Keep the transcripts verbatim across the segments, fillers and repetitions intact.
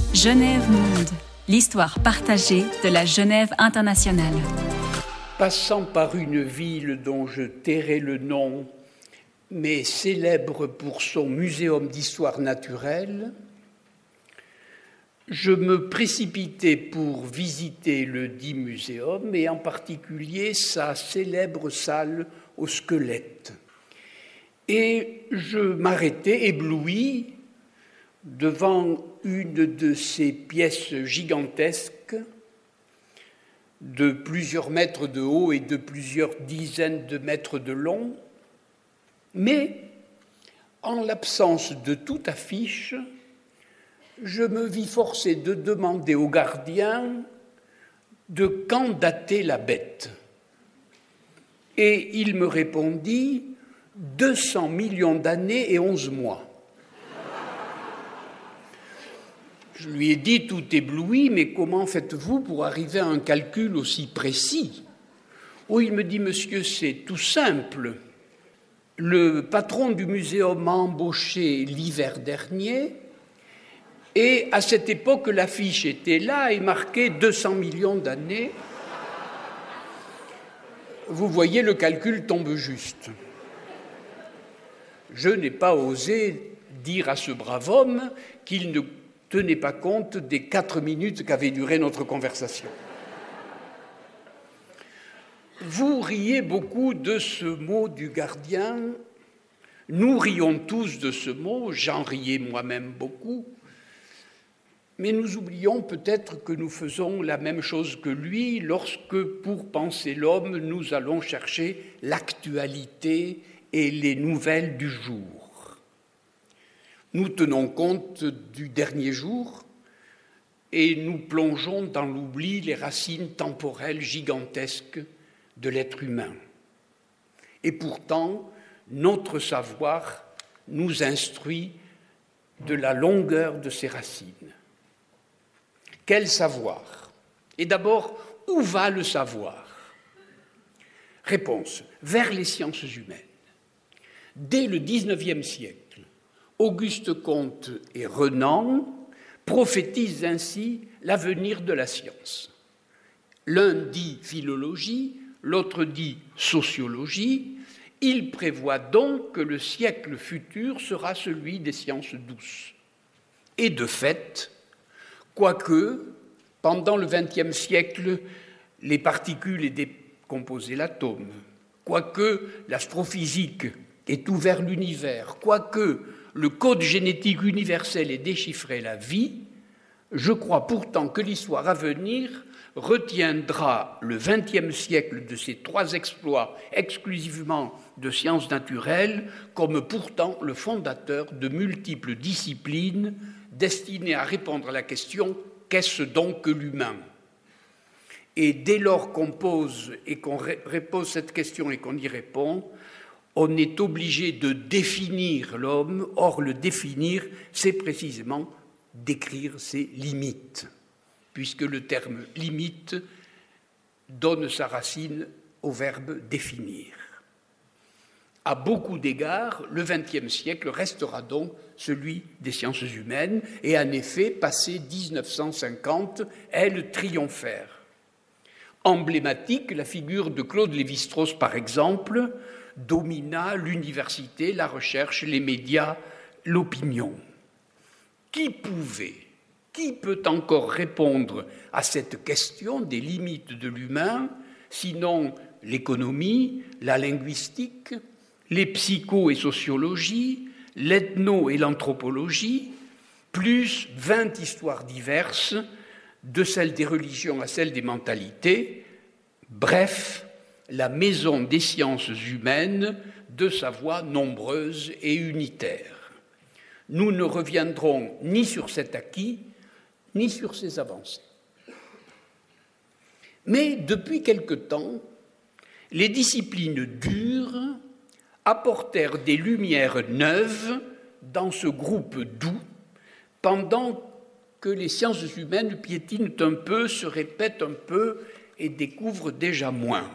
Genève Monde, l'histoire partagée de la Genève internationale. Passant par une ville dont je tairai le nom, mais célèbre pour son muséum d'histoire naturelle, je me précipitais pour visiter le dit muséum et en particulier sa célèbre salle aux squelettes. Et je m'arrêtais ébloui devant une de ces pièces gigantesques de plusieurs mètres de haut et de plusieurs dizaines de mètres de long, mais en l'absence de toute affiche, je me vis forcé de demander au gardien de quand datait la bête. Et il me répondit « deux cents millions d'années et onze mois ». Je lui ai dit tout ébloui, mais comment faites-vous pour arriver à un calcul aussi précis ? Oh, il me dit, monsieur, c'est tout simple. Le patron du muséum m'a embauché l'hiver dernier, et à cette époque, l'affiche était là et marquait deux cents millions d'années. Vous voyez, le calcul tombe juste. Je n'ai pas osé dire à ce brave homme qu'il ne tenait pas compte des quatre minutes qu'avait duré notre conversation. Vous riez beaucoup de ce mot du gardien. Nous rions tous de ce mot, j'en riais moi-même beaucoup. Mais nous oublions peut-être que nous faisons la même chose que lui lorsque, pour penser l'homme, nous allons chercher l'actualité et les nouvelles du jour. Nous tenons compte du dernier jour et nous plongeons dans l'oubli les racines temporelles gigantesques de l'être humain. Et pourtant, notre savoir nous instruit de la longueur de ces racines. Quel savoir ? Et d'abord, où va le savoir ? Réponse, vers les sciences humaines. Dès le dix-neuvième siècle, Auguste Comte et Renan prophétisent ainsi l'avenir de la science. L'un dit philologie, l'autre dit sociologie. Ils prévoient donc que le siècle futur sera celui des sciences douces. Et de fait, quoique, pendant le vingtième siècle, les particules aient décomposé l'atome, quoique l'astrophysique ait ouvert l'univers, quoique le code génétique universel ait déchiffré la vie, je crois pourtant que l'histoire à venir retiendra le vingtième siècle de ces trois exploits exclusivement de sciences naturelles comme pourtant le fondateur de multiples disciplines destinées à répondre à la question « qu'est-ce donc que l'humain ?» Et dès lors qu'on pose et qu'on repose cette question et qu'on y répond, on est obligé de définir l'homme. Or, le définir, c'est précisément décrire ses limites, puisque le terme « limite » donne sa racine au verbe « définir ». À beaucoup d'égards, le vingtième siècle restera donc celui des sciences humaines, et en effet, passé dix-neuf cent cinquante, elles triomphèrent. Emblématique, la figure de Claude Lévi-Strauss, par exemple, domina l'université, la recherche, les médias, l'opinion. Qui pouvait, qui peut encore répondre à cette question des limites de l'humain, sinon l'économie, la linguistique, les psycho et sociologies, l'ethno et l'anthropologie, plus vingt histoires diverses, de celles des religions à celles des mentalités, bref, la maison des sciences humaines de sa voix nombreuse et unitaire. Nous ne reviendrons ni sur cet acquis, ni sur ces avancées. Mais depuis quelque temps, les disciplines dures apportèrent des lumières neuves dans ce groupe doux, pendant que les sciences humaines piétinent un peu, se répètent un peu et découvrent déjà moins.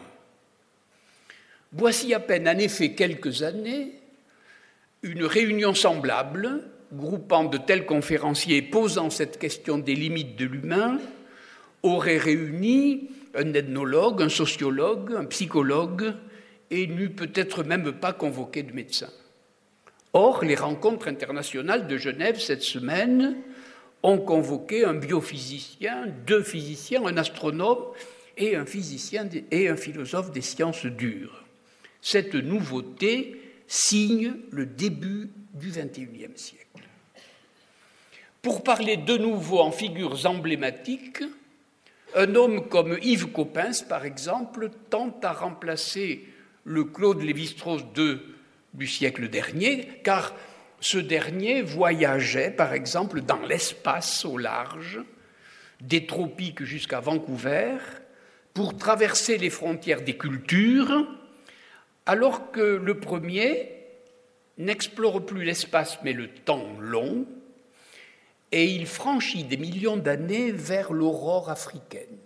Voici à peine, en effet, quelques années, une réunion semblable groupant de tels conférenciers posant cette question des limites de l'humain, aurait réuni un ethnologue, un sociologue, un psychologue, et n'eût peut-être même pas convoqué de médecin. Or, les rencontres internationales de Genève cette semaine ont convoqué un biophysicien, deux physiciens, un astronome et un physicien et un philosophe des sciences dures. Cette nouveauté signe le début du vingt et unième siècle. Pour parler de nouveau en figures emblématiques, un homme comme Yves Coppens, par exemple, tente à remplacer le Claude Lévi-Strauss de, du siècle dernier, car ce dernier voyageait, par exemple, dans l'espace au large, des tropiques jusqu'à Vancouver, pour traverser les frontières des cultures, alors que le premier n'explore plus l'espace mais le temps long, et il franchit des millions d'années vers l'aurore africaine.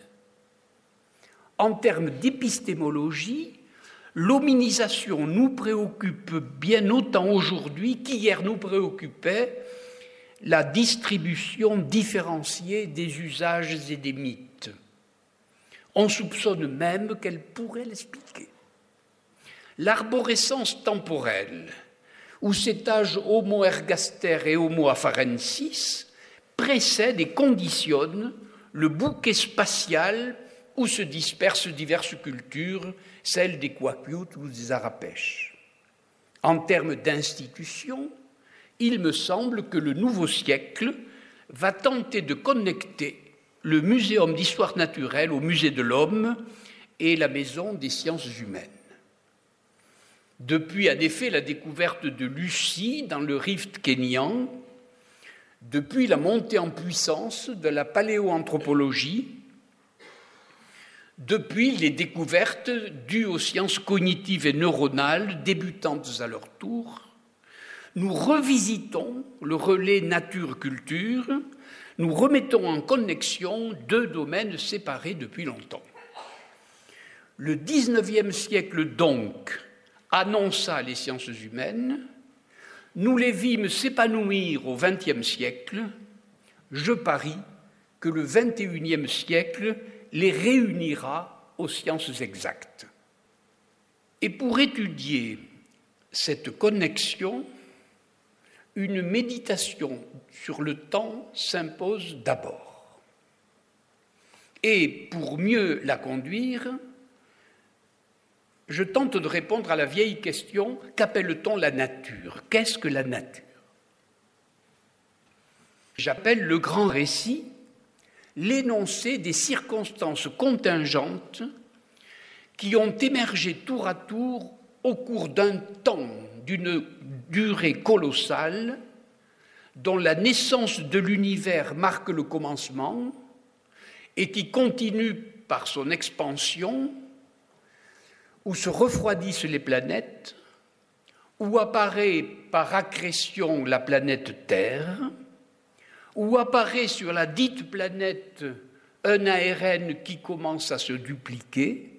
En termes d'épistémologie, l'hominisation nous préoccupe bien autant aujourd'hui qu'hier nous préoccupait la distribution différenciée des usages et des mythes. On soupçonne même qu'elle pourrait l'expliquer. L'arborescence temporelle, où s'étagent Homo ergaster et Homo afarensis, précède et conditionne le bouquet spatial où se dispersent diverses cultures, celles des Kwakiutl ou des Arapèches. En termes d'institutions, il me semble que le nouveau siècle va tenter de connecter le Muséum d'histoire naturelle au Musée de l'homme et la Maison des sciences humaines. Depuis, en effet, la découverte de Lucie dans le Rift kényan, depuis la montée en puissance de la paléoanthropologie, depuis les découvertes dues aux sciences cognitives et neuronales débutantes à leur tour, nous revisitons le relais nature-culture, nous remettons en connexion deux domaines séparés depuis longtemps. Le dix-neuvième siècle, donc, annonça les sciences humaines, nous les vîmes s'épanouir au vingtième siècle, je parie que le vingt et unième siècle les réunira aux sciences exactes. Et pour étudier cette connexion, une méditation sur le temps s'impose d'abord. Et pour mieux la conduire, je tente de répondre à la vieille question « Qu'appelle-t-on la nature ? Qu'est-ce que la nature ?» J'appelle le grand récit l'énoncé des circonstances contingentes qui ont émergé tour à tour au cours d'un temps d'une durée colossale dont la naissance de l'univers marque le commencement et qui continue par son expansion, où se refroidissent les planètes, où apparaît par accrétion la planète Terre, où apparaît sur la dite planète un A R N qui commence à se dupliquer,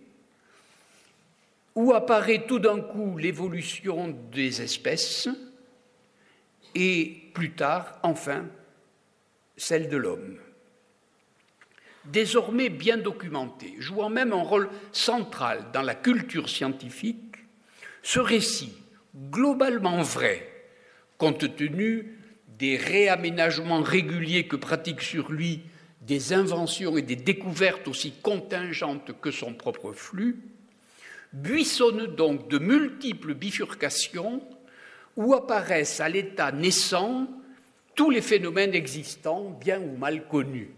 où apparaît tout d'un coup l'évolution des espèces, et plus tard, enfin, celle de l'homme. Désormais bien documenté, jouant même un rôle central dans la culture scientifique, ce récit, globalement vrai, compte tenu des réaménagements réguliers que pratiquent sur lui des inventions et des découvertes aussi contingentes que son propre flux, buissonne donc de multiples bifurcations où apparaissent à l'état naissant tous les phénomènes existants, bien ou mal connus.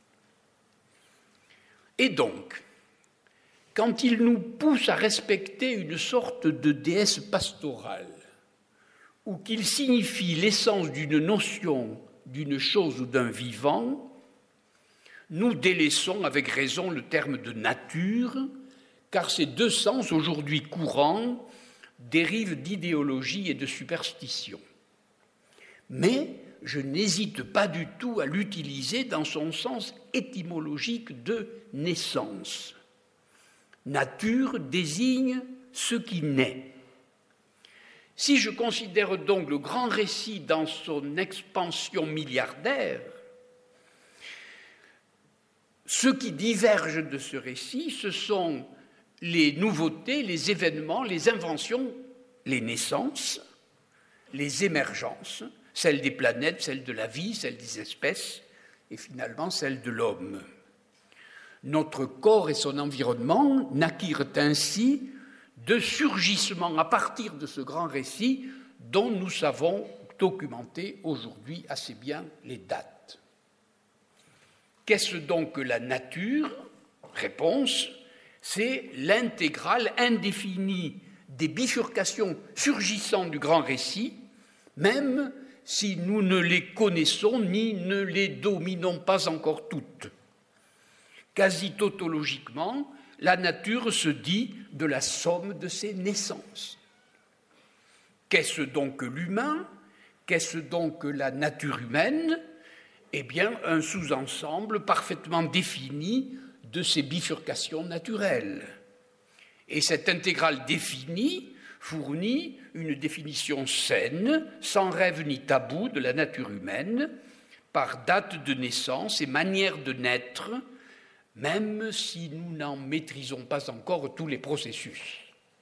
Et donc, quand il nous pousse à respecter une sorte de déesse pastorale, ou qu'il signifie l'essence d'une notion, d'une chose ou d'un vivant, nous délaissons avec raison le terme de nature, car ces deux sens aujourd'hui courants dérivent d'idéologie et de superstition. Mais je n'hésite pas du tout à l'utiliser dans son sens étymologique de naissance. Nature désigne ce qui naît. Si je considère donc le grand récit dans son expansion milliardaire, ce qui diverge de ce récit, ce sont les nouveautés, les événements, les inventions, les naissances, les émergences, celles des planètes, celles de la vie, celles des espèces, et finalement celles de l'homme. Notre corps et son environnement naquirent ainsi de surgissements à partir de ce grand récit dont nous savons documenter aujourd'hui assez bien les dates. Qu'est-ce donc que la nature ? Réponse, c'est l'intégrale indéfinie des bifurcations surgissantes du grand récit, même si nous ne les connaissons ni ne les dominons pas encore toutes. Quasi tautologiquement, la nature se dit de la somme de ses naissances. Qu'est-ce donc que l'humain ? Qu'est-ce donc que la nature humaine ? Eh bien, un sous-ensemble parfaitement défini de ces bifurcations naturelles. Et cette intégrale définie fournit une définition saine, sans rêve ni tabou de la nature humaine, par date de naissance et manière de naître, même si nous n'en maîtrisons pas encore tous les processus.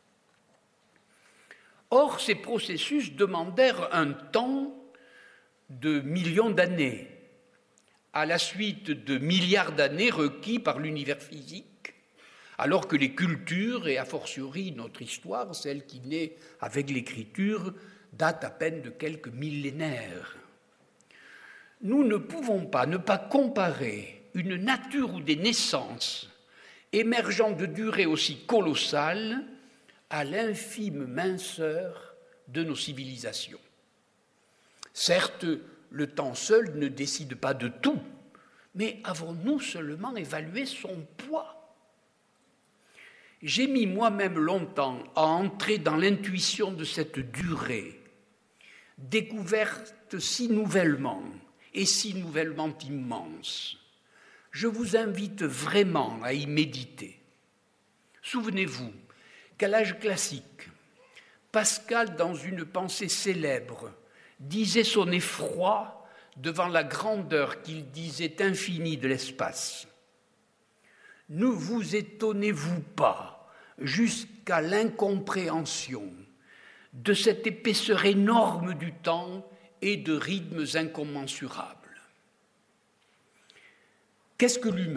Or, ces processus demandèrent un temps de millions d'années, à la suite de milliards d'années requis par l'univers physique, alors que les cultures, et a fortiori notre histoire, celle qui naît avec l'écriture, date à peine de quelques millénaires. Nous ne pouvons pas ne pas comparer une nature ou des naissances émergeant de durée aussi colossale à l'infime minceur de nos civilisations. Certes, le temps seul ne décide pas de tout, mais avons-nous seulement évalué son poids ? J'ai mis moi-même longtemps à entrer dans l'intuition de cette durée, découverte si nouvellement et si nouvellement immense. Je vous invite vraiment à y méditer. Souvenez-vous qu'à l'âge classique, Pascal, dans une pensée célèbre, disait son effroi devant la grandeur qu'il disait infinie de l'espace. Ne vous étonnez-vous pas, jusqu'à l'incompréhension, de cette épaisseur énorme du temps et de rythmes incommensurables. Qu'est-ce que l'humain ?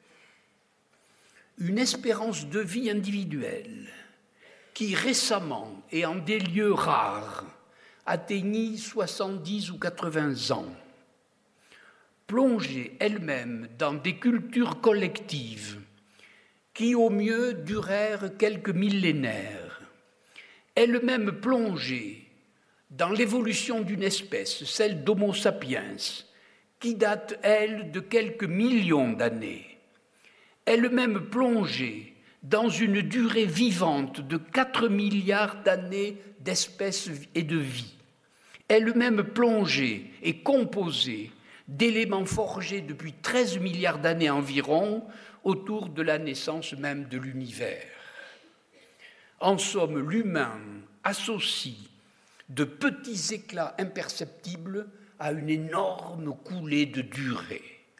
Une espérance de vie individuelle qui récemment et en des lieux rares atteignit soixante-dix ou quatre-vingts ans, plongée elle-même dans des cultures collectives qui au mieux durèrent quelques millénaires, elle-même plongée dans l'évolution d'une espèce, celle d'Homo sapiens, qui date, elle, de quelques millions d'années, elle-même plongée dans une durée vivante de quatre milliards d'années d'espèces et de vie, elle-même plongée et composée d'éléments forgés depuis treize milliards d'années environ autour de la naissance même de l'univers. En somme, l'humain associe de petits éclats imperceptibles à une énorme coulée de durée.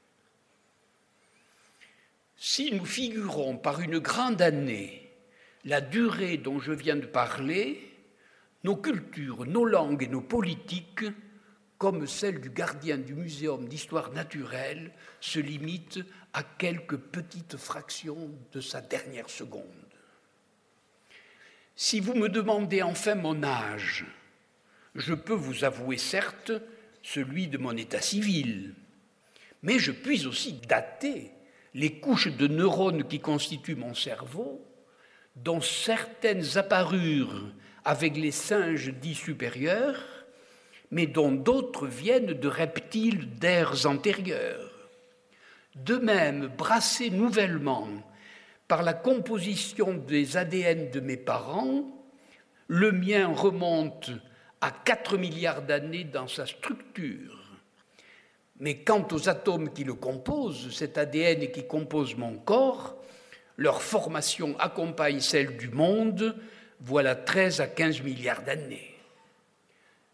Si nous figurons par une grande année la durée dont je viens de parler, nos cultures, nos langues et nos politiques, comme celle du gardien du Muséum d'histoire naturelle, se limitent à quelques petites fractions de sa dernière seconde. Si vous me demandez enfin mon âge, je peux vous avouer certes celui de mon état civil, mais je puis aussi dater les couches de neurones qui constituent mon cerveau, dont certaines apparurent avec les singes dits supérieurs, mais dont d'autres viennent de reptiles d'ères antérieures. De même, brassés nouvellement par la composition des A D N de mes parents, le mien remonte à quatre milliards d'années dans sa structure. Mais quant aux atomes qui le composent, cet A D N qui compose mon corps, leur formation accompagne celle du monde, voilà treize à quinze milliards d'années.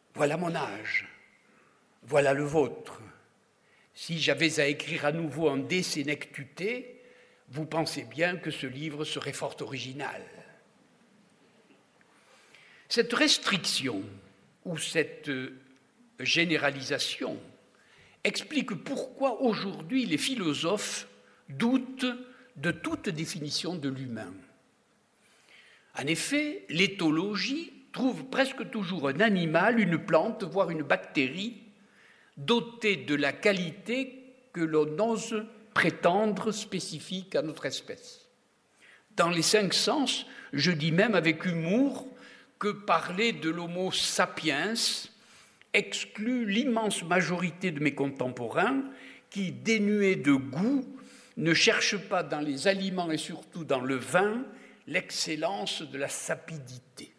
Voilà mon âge, voilà le vôtre. Si j'avais à écrire à nouveau un De Senectute, vous pensez bien que ce livre serait fort original. Cette restriction ou cette généralisation explique pourquoi aujourd'hui les philosophes doutent de toute définition de l'humain. En effet, l'éthologie trouve presque toujours un animal, une plante, voire une bactérie, dotée de la qualité que l'on ose prétendre spécifique à notre espèce. Dans les cinq sens, je dis même avec humour que parler de l'homo sapiens exclut l'immense majorité de mes contemporains qui, dénués de goût, ne cherchent pas dans les aliments et surtout dans le vin l'excellence de la sapidité.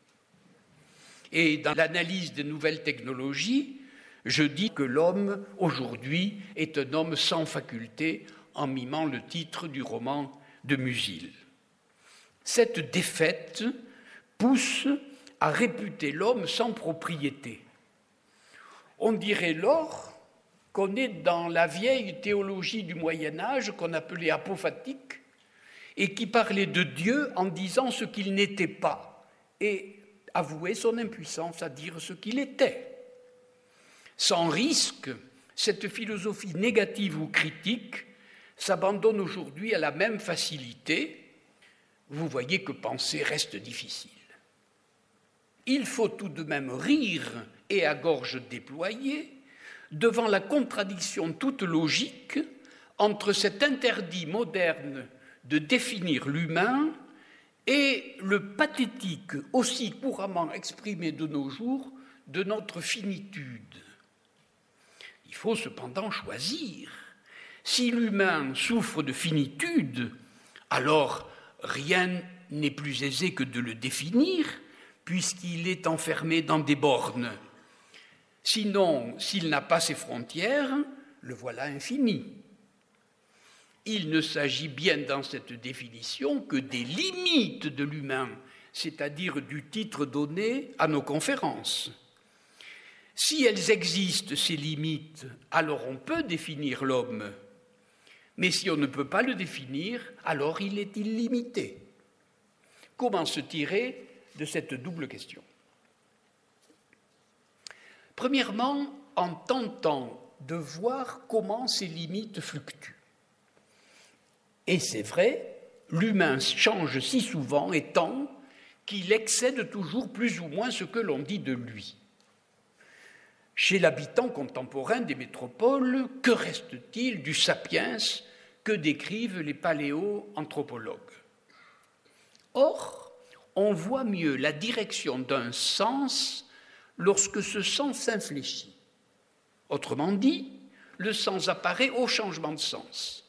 Et dans l'analyse des nouvelles technologies, je dis que l'homme, aujourd'hui, est un homme sans faculté, en mimant le titre du roman de Musil. Cette défaite pousse à réputer l'homme sans propriété. On dirait lors qu'on est dans la vieille théologie du Moyen-Âge qu'on appelait apophatique et qui parlait de Dieu en disant ce qu'il n'était pas et avouait son impuissance à dire ce qu'il était. Sans risque, cette philosophie négative ou critique s'abandonne aujourd'hui à la même facilité. Vous voyez que penser reste difficile. Il faut tout de même rire et à gorge déployée devant la contradiction toute logique entre cet interdit moderne de définir l'humain et le pathétique aussi couramment exprimé de nos jours de notre finitude. Il faut cependant choisir. Si l'humain souffre de finitude, alors rien n'est plus aisé que de le définir, puisqu'il est enfermé dans des bornes. Sinon, s'il n'a pas ses frontières, le voilà infini. Il ne s'agit bien dans cette définition que des limites de l'humain, c'est-à-dire du titre donné à nos conférences. Si elles existent, ces limites, alors on peut définir l'homme. Mais si on ne peut pas le définir, alors il est illimité. Comment se tirer de cette double question? Premièrement, en tentant de voir comment ces limites fluctuent. Et c'est vrai, l'humain change si souvent et tant qu'il excède toujours plus ou moins ce que l'on dit de lui. Chez l'habitant contemporain des métropoles, que reste-t-il du sapiens que décrivent les paléo-anthropologues? Or, on voit mieux la direction d'un sens lorsque ce sens s'infléchit. Autrement dit, le sens apparaît au changement de sens.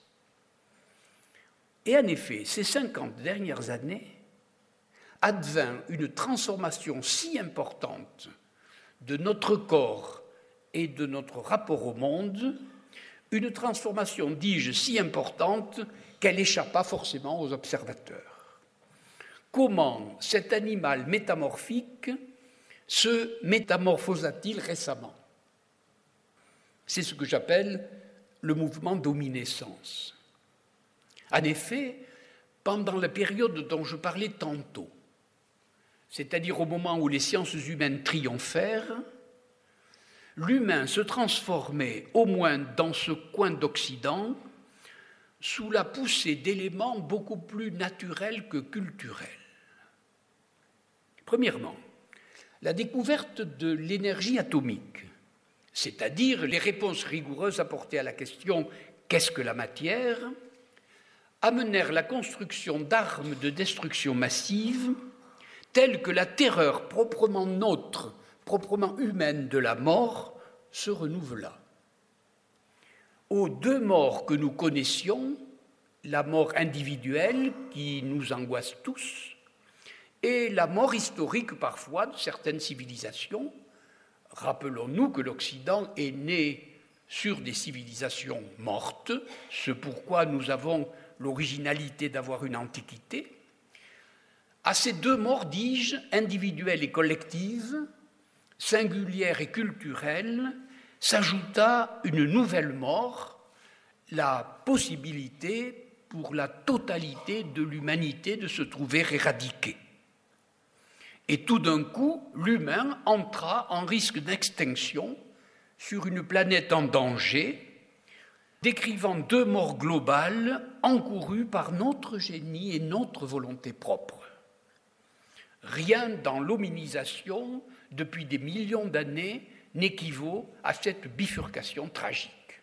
Et en effet, ces cinquante dernières années advint une transformation si importante de notre corps et de notre rapport au monde, une transformation, dis-je, si importante qu'elle échappa forcément aux observateurs. Comment cet animal métamorphique se métamorphosa-t-il récemment? C'est ce que j'appelle le mouvement d'omniscience. En effet, pendant la période dont je parlais tantôt, c'est-à-dire au moment où les sciences humaines triomphèrent, l'humain se transformait, au moins dans ce coin d'Occident, sous la poussée d'éléments beaucoup plus naturels que culturels. Premièrement, la découverte de l'énergie atomique, c'est-à-dire les réponses rigoureuses apportées à la question « qu'est-ce que la matière ?», amenèrent la construction d'armes de destruction massive telles que la terreur proprement nôtre, proprement humaine de la mort se renouvela. Aux deux morts que nous connaissions, la mort individuelle qui nous angoisse tous et la mort historique parfois de certaines civilisations. Rappelons-nous que l'Occident est né sur des civilisations mortes, ce pourquoi nous avons l'originalité d'avoir une antiquité. À ces deux morts, dis-je, individuelles et collectives, singulière et culturelle, s'ajouta une nouvelle mort, la possibilité pour la totalité de l'humanité de se trouver éradiquée. Et tout d'un coup, l'humain entra en risque d'extinction sur une planète en danger, décrivant deux morts globales encourues par notre génie et notre volonté propre. Rien dans l'hominisation, depuis des millions d'années, n'équivaut à cette bifurcation tragique.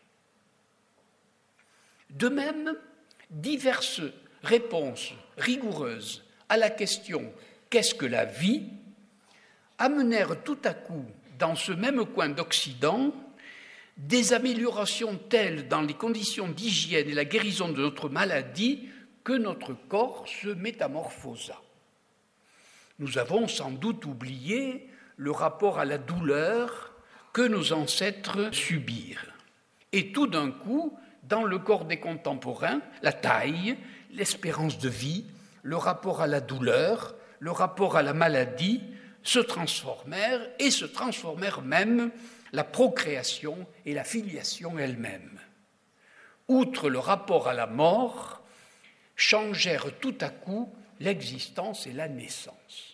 De même, diverses réponses rigoureuses à la question « Qu'est-ce que la vie ?», amenèrent tout à coup, dans ce même coin d'Occident, des améliorations telles dans les conditions d'hygiène et la guérison de notre maladie que notre corps se métamorphosa. Nous avons sans doute oublié le rapport à la douleur que nos ancêtres subirent. Et tout d'un coup, dans le corps des contemporains, la taille, l'espérance de vie, le rapport à la douleur, le rapport à la maladie se transformèrent et se transformèrent même la procréation et la filiation elles-mêmes. Outre le rapport à la mort, changèrent tout à coup l'existence et la naissance.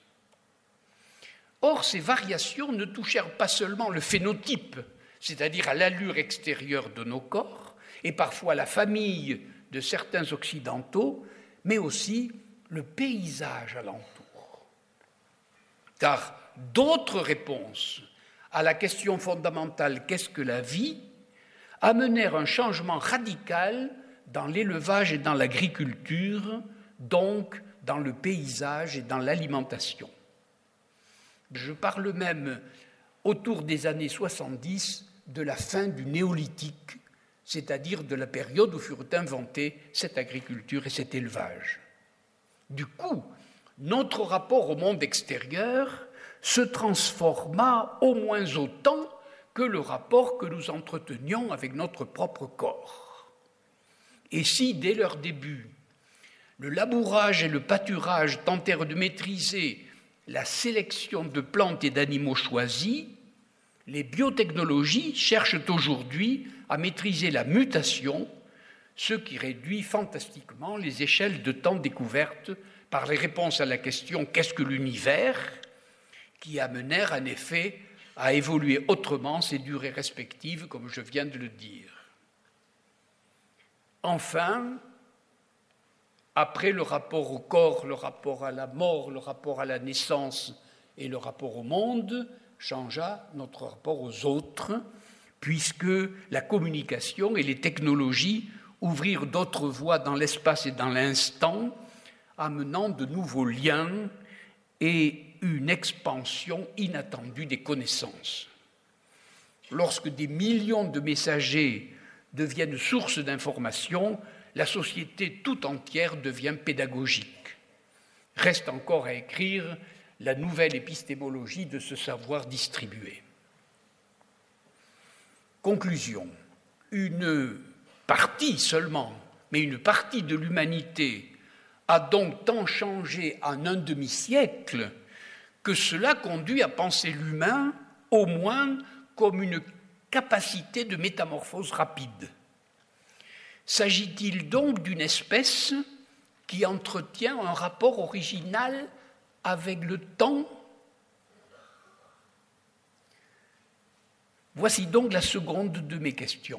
Or, ces variations ne touchèrent pas seulement le phénotype, c'est-à-dire à l'allure extérieure de nos corps, et parfois la famille de certains occidentaux, mais aussi le paysage alentour. Car d'autres réponses à la question fondamentale « Qu'est-ce que la vie ?», amenèrent un changement radical dans l'élevage et dans l'agriculture, donc dans le paysage et dans l'alimentation. Je parle même, autour des années soixante-dix, de la fin du néolithique, c'est-à-dire de la période où furent inventés cette agriculture et cet élevage. Du coup, notre rapport au monde extérieur se transforma au moins autant que le rapport que nous entretenions avec notre propre corps. Et si, dès leur début, le labourage et le pâturage tentèrent de maîtriser la sélection de plantes et d'animaux choisis, les biotechnologies cherchent aujourd'hui à maîtriser la mutation, ce qui réduit fantastiquement les échelles de temps découvertes par les réponses à la question « Qu'est-ce que l'univers ?», qui amenèrent en effet à évoluer autrement ces durées respectives, comme je viens de le dire. Enfin, après le rapport au corps, le rapport à la mort, le rapport à la naissance et le rapport au monde, changea notre rapport aux autres, puisque la communication et les technologies ouvrirent d'autres voies dans l'espace et dans l'instant, amenant de nouveaux liens et une expansion inattendue des connaissances. Lorsque des millions de messagers deviennent source d'informations, la société tout entière devient pédagogique. Reste encore à écrire la nouvelle épistémologie de ce savoir distribué. Conclusion. Une partie seulement, mais une partie de l'humanité a donc tant changé en un demi-siècle que cela conduit à penser l'humain au moins comme une capacité de métamorphose rapide. S'agit-il donc d'une espèce qui entretient un rapport original avec le temps ? Voici donc la seconde de mes questions.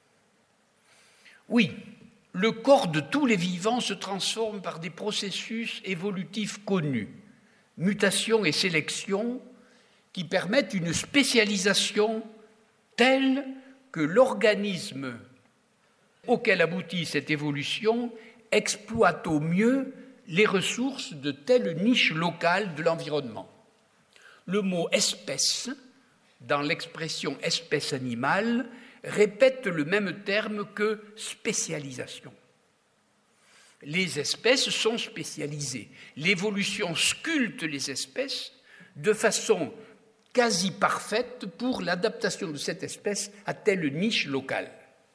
Oui, le corps de tous les vivants se transforme par des processus évolutifs connus, mutation et sélection, qui permettent une spécialisation telle que l'organisme auquel aboutit cette évolution exploite au mieux les ressources de telle niche locale de l'environnement. Le mot « espèce », dans l'expression « espèce animale », répète le même terme que « spécialisation ». Les espèces sont spécialisées. L'évolution sculpte les espèces de façon quasi parfaite pour l'adaptation de cette espèce à telle niche locale.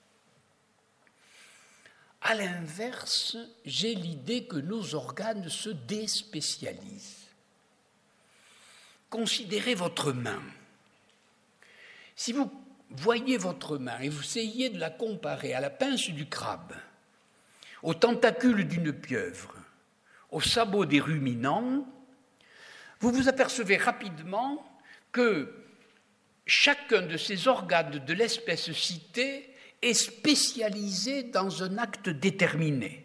À l'inverse, j'ai l'idée que nos organes se déspécialisent. Considérez votre main. Si vous voyez votre main et vous essayez de la comparer à la pince du crabe, aux tentacules d'une pieuvre, aux sabots des ruminants, vous vous apercevez rapidement que chacun de ces organes de l'espèce citée est spécialisé dans un acte déterminé.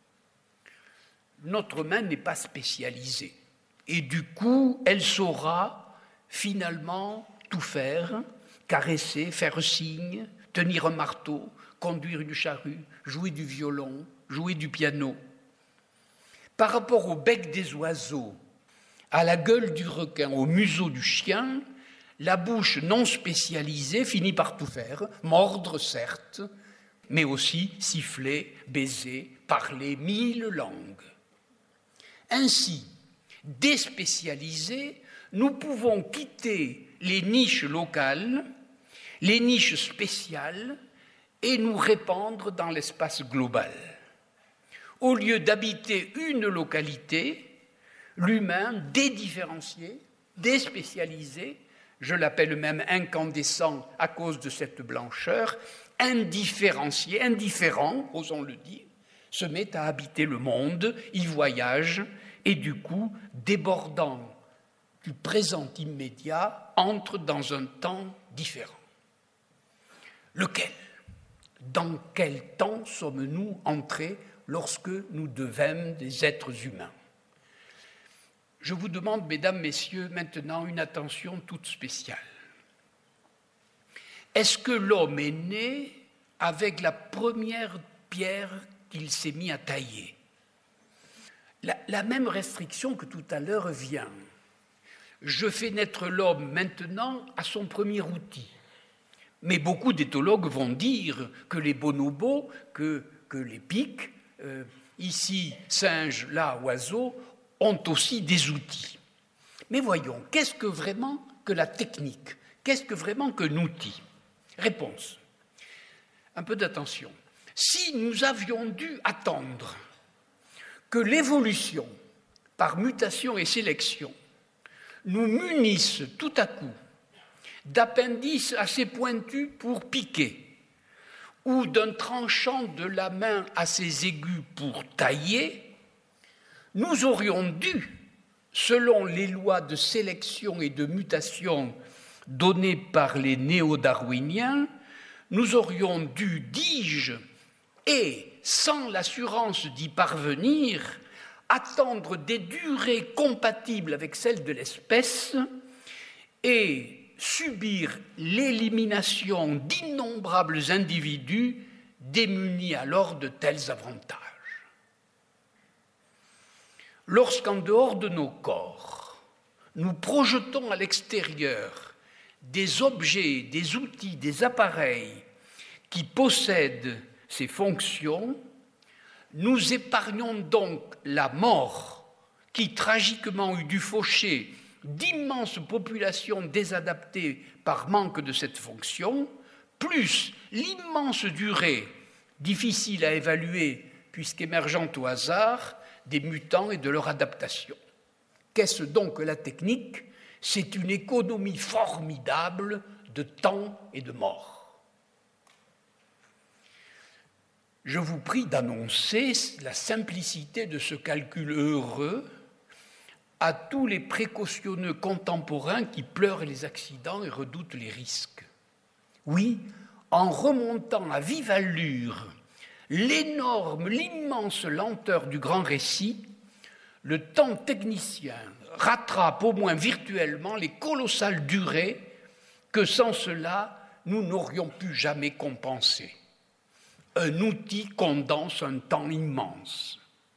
Notre main n'est pas spécialisée et du coup, elle saura finalement tout faire, caresser, faire signe, tenir un marteau, conduire une charrue, jouer du violon, jouer du piano. Par rapport au bec des oiseaux, à la gueule du requin, au museau du chien, la bouche non spécialisée finit par tout faire, mordre certes, mais aussi siffler, baiser, parler mille langues. Ainsi, déspécialisés, nous pouvons quitter les niches locales, les niches spéciales, et nous répandre dans l'espace global. Au lieu d'habiter une localité, l'humain dédifférencié, déspécialisé, je l'appelle même incandescent à cause de cette blancheur, indifférencié, indifférent, osons le dire, se met à habiter le monde, y voyage, et du coup, débordant du présent immédiat, entre dans un temps différent. Lequel ? Dans quel temps sommes-nous entrés lorsque nous devînmes des êtres humains ? Je vous demande, mesdames, messieurs, maintenant une attention toute spéciale. Est-ce que l'homme est né avec la première pierre qu'il s'est mis à tailler ? La, la même restriction que tout à l'heure vient. Je fais naître l'homme maintenant à son premier outil. Mais beaucoup d'éthologues vont dire que les bonobos, que, que les pics, euh, ici singes, là oiseaux, ont aussi des outils. Mais voyons, qu'est-ce que vraiment que la technique ? Qu'est-ce que vraiment qu'un outil ? Réponse. Un peu d'attention. Si nous avions dû attendre que l'évolution, par mutation et sélection, nous munisse tout à coup d'appendices assez pointus pour piquer, ou d'un tranchant de la main assez aigu pour tailler, nous aurions dû, selon les lois de sélection et de mutation données par les néo-darwiniens, nous aurions dû, dis-je, et sans l'assurance d'y parvenir, attendre des durées compatibles avec celles de l'espèce et subir l'élimination d'innombrables individus démunis alors de tels avantages. Lorsqu'en dehors de nos corps, nous projetons à l'extérieur des objets, des outils, des appareils qui possèdent ces fonctions, nous épargnons donc la mort qui tragiquement eût dû faucher d'immenses populations désadaptées par manque de cette fonction, plus l'immense durée, difficile à évaluer puisqu'émergente au hasard, des mutants et de leur adaptation. Qu'est-ce donc que la technique ? C'est une économie formidable de temps et de mort. Je vous prie d'annoncer la simplicité de ce calcul heureux à tous les précautionneux contemporains qui pleurent les accidents et redoutent les risques. Oui, en remontant à vive allure l'énorme, l'immense lenteur du grand récit, le temps technicien rattrape au moins virtuellement les colossales durées que sans cela, nous n'aurions pu jamais compenser. Un outil condense un temps immense.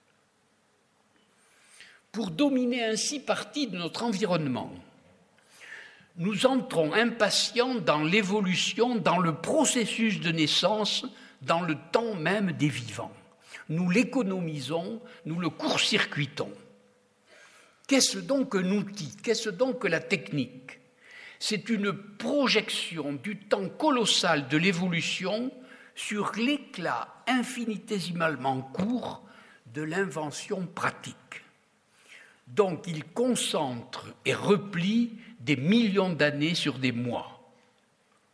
Pour dominer ainsi partie de notre environnement, nous entrons impatients dans l'évolution, dans le processus de naissance, dans le temps même des vivants. Nous l'économisons, nous le court-circuitons. Qu'est-ce donc un outil ? Qu'est-ce donc la technique ? C'est une projection du temps colossal de l'évolution sur l'éclat infinitésimalement court de l'invention pratique. Donc il concentre et replie des millions d'années sur des mois.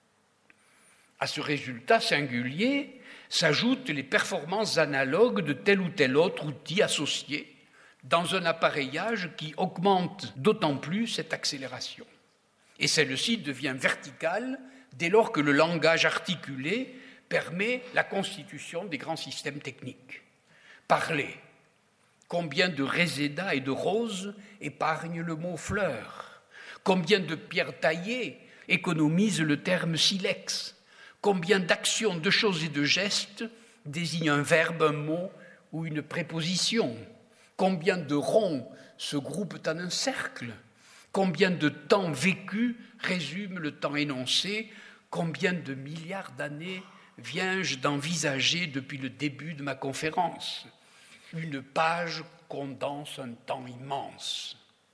À ce résultat singulier s'ajoutent les performances analogues de tel ou tel autre outil associé dans un appareillage qui augmente d'autant plus cette accélération. Et celle-ci devient verticale dès lors que le langage articulé permet la constitution des grands systèmes techniques. Parler. Combien de résédas et de roses épargnent le mot fleur? Combien de pierres taillées économisent le terme silex? Combien d'actions, de choses et de gestes désignent un verbe, un mot ou une préposition? Combien de ronds se groupent en un cercle? Combien de temps vécu résume le temps énoncé? Combien de milliards d'années viens-je d'envisager depuis le début de ma conférence? Une page condense un temps immense.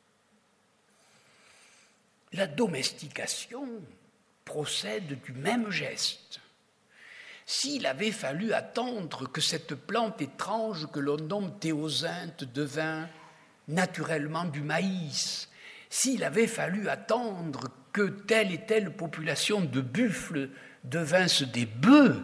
La domestication procède du même geste. S'il avait fallu attendre que cette plante étrange que l'on nomme théosinte devint naturellement du maïs, s'il avait fallu attendre que telle et telle population de buffles devinssent des bœufs,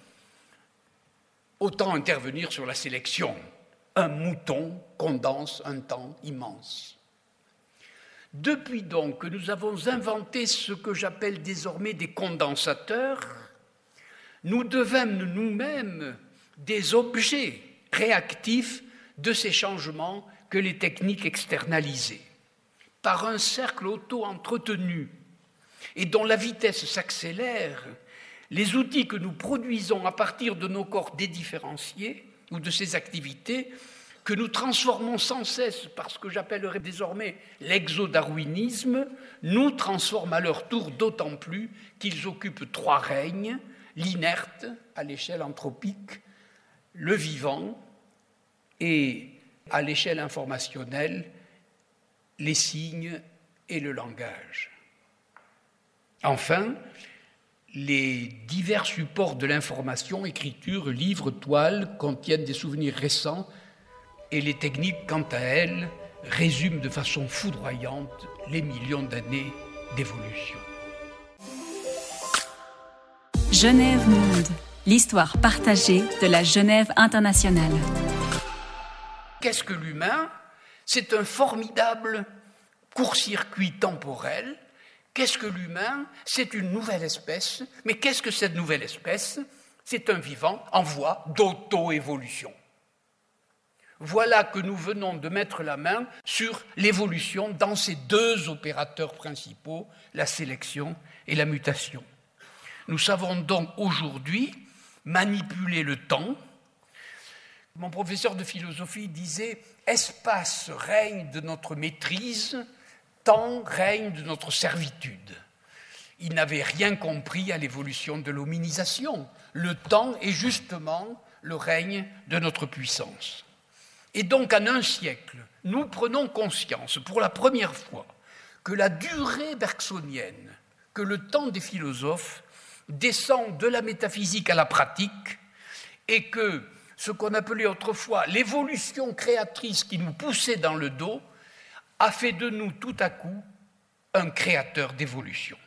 autant intervenir sur la sélection. Un mouton condense un temps immense. Depuis donc que nous avons inventé ce que j'appelle désormais des condensateurs, nous devînmes nous-mêmes des objets réactifs de ces changements que les techniques externalisaient. Par un cercle auto-entretenu et dont la vitesse s'accélère, les outils que nous produisons à partir de nos corps dédifférenciés ou de ces activités que nous transformons sans cesse par ce que j'appellerai désormais l'exodarwinisme, nous transforment à leur tour d'autant plus qu'ils occupent trois règnes, l'inerte à l'échelle anthropique, le vivant et à l'échelle informationnelle, les signes et le langage. Enfin, les divers supports de l'information, écriture, livres, toiles, contiennent des souvenirs récents et les techniques, quant à elles, résument de façon foudroyante les millions d'années d'évolution. Genève Monde, l'histoire partagée de la Genève internationale. Qu'est-ce que l'humain? C'est un formidable court-circuit temporel. Qu'est-ce que l'humain? C'est une nouvelle espèce. Mais qu'est-ce que cette nouvelle espèce? C'est un vivant en voie d'auto-évolution. Voilà que nous venons de mettre la main sur l'évolution dans ces deux opérateurs principaux, la sélection et la mutation. Nous savons donc aujourd'hui manipuler le temps. Mon professeur de philosophie disait « Espace règne de notre maîtrise, temps règne de notre servitude ». Il n'avait rien compris à l'évolution de l'hominisation. Le temps est justement le règne de notre puissance. Et donc, en un siècle, nous prenons conscience, pour la première fois, que la durée bergsonienne, que le temps des philosophes, descend de la métaphysique à la pratique, et que ce qu'on appelait autrefois l'évolution créatrice qui nous poussait dans le dos, a fait de nous tout à coup un créateur d'évolution.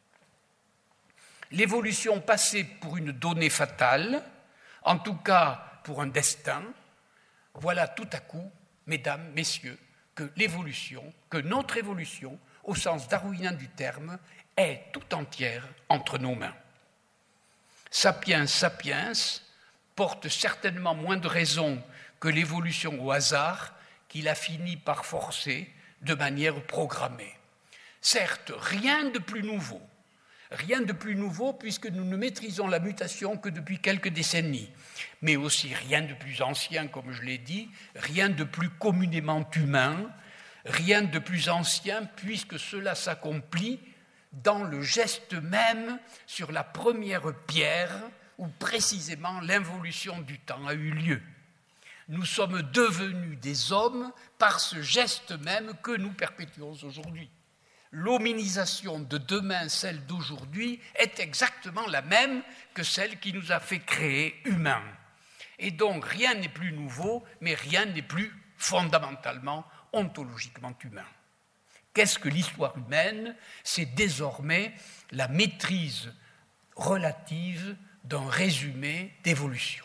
L'évolution passée pour une donnée fatale, en tout cas pour un destin, voilà tout à coup, mesdames, messieurs, que l'évolution, que notre évolution, au sens darwinien du terme, est tout entière entre nos mains. Sapiens sapiens porte certainement moins de raison que l'évolution au hasard qu'il a fini par forcer de manière programmée. Certes, rien de plus nouveau, rien de plus nouveau puisque nous ne maîtrisons la mutation que depuis quelques décennies, mais aussi rien de plus ancien, comme je l'ai dit, rien de plus communément humain, rien de plus ancien puisque cela s'accomplit dans le geste même sur la première pierre où précisément l'involution du temps a eu lieu. Nous sommes devenus des hommes par ce geste même que nous perpétuons aujourd'hui. L'hominisation de demain, celle d'aujourd'hui, est exactement la même que celle qui nous a fait créer humains. Et donc rien n'est plus nouveau, mais rien n'est plus fondamentalement, ontologiquement humain. Qu'est-ce que l'histoire humaine? C'est désormais la maîtrise relative d'un résumé d'évolution.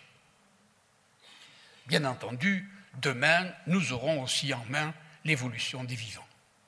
Bien entendu, demain, nous aurons aussi en main l'évolution des vivants.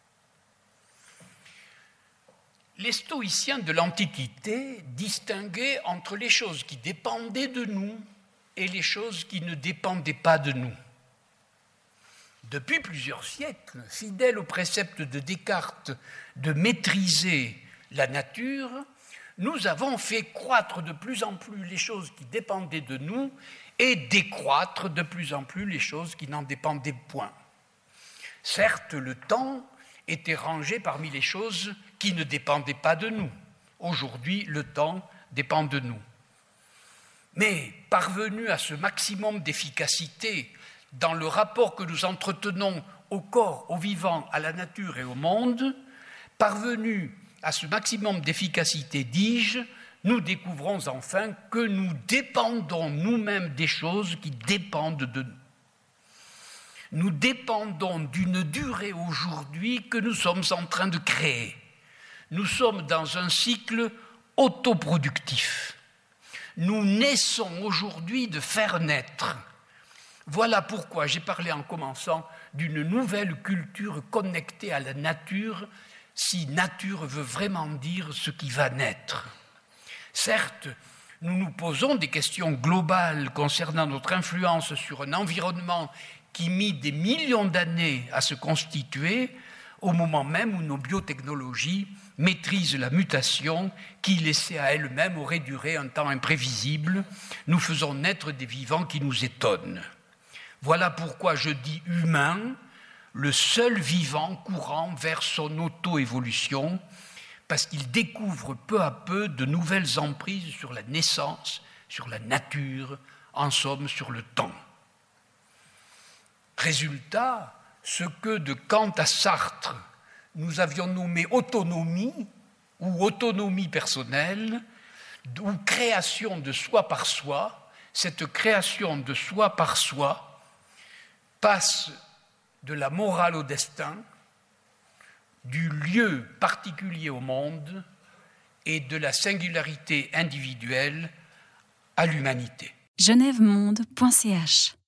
Les stoïciens de l'Antiquité distinguaient entre les choses qui dépendaient de nous et les choses qui ne dépendaient pas de nous. Depuis plusieurs siècles, fidèles au précepte de Descartes de maîtriser la nature, nous avons fait croître de plus en plus les choses qui dépendaient de nous et décroître de plus en plus les choses qui n'en dépendaient point. Certes, le temps était rangé parmi les choses qui ne dépendaient pas de nous. Aujourd'hui, le temps dépend de nous. Mais parvenu à ce maximum d'efficacité dans le rapport que nous entretenons au corps, au vivant, à la nature et au monde, parvenu à ce maximum d'efficacité, dis-je, nous découvrons enfin que nous dépendons nous-mêmes des choses qui dépendent de nous. Nous dépendons d'une durée aujourd'hui que nous sommes en train de créer. Nous sommes dans un cycle autoproductif. Nous naissons aujourd'hui de faire naître. Voilà pourquoi j'ai parlé en commençant d'une nouvelle culture connectée à la nature, si nature veut vraiment dire ce qui va naître. Certes, nous nous posons des questions globales concernant notre influence sur un environnement qui mit des millions d'années à se constituer, au moment même où nos biotechnologies maîtrisent la mutation qui, laissée à elle-même, aurait duré un temps imprévisible. Nous faisons naître des vivants qui nous étonnent. Voilà pourquoi je dis humain, le seul vivant courant vers son auto-évolution, parce qu'il découvre peu à peu de nouvelles emprises sur la naissance, sur la nature, en somme sur le temps. Résultat, ce que de Kant à Sartre, nous avions nommé autonomie ou autonomie personnelle, ou création de soi par soi, cette création de soi par soi passe de la morale au destin, du lieu particulier au monde et de la singularité individuelle à l'humanité. genève monde point c h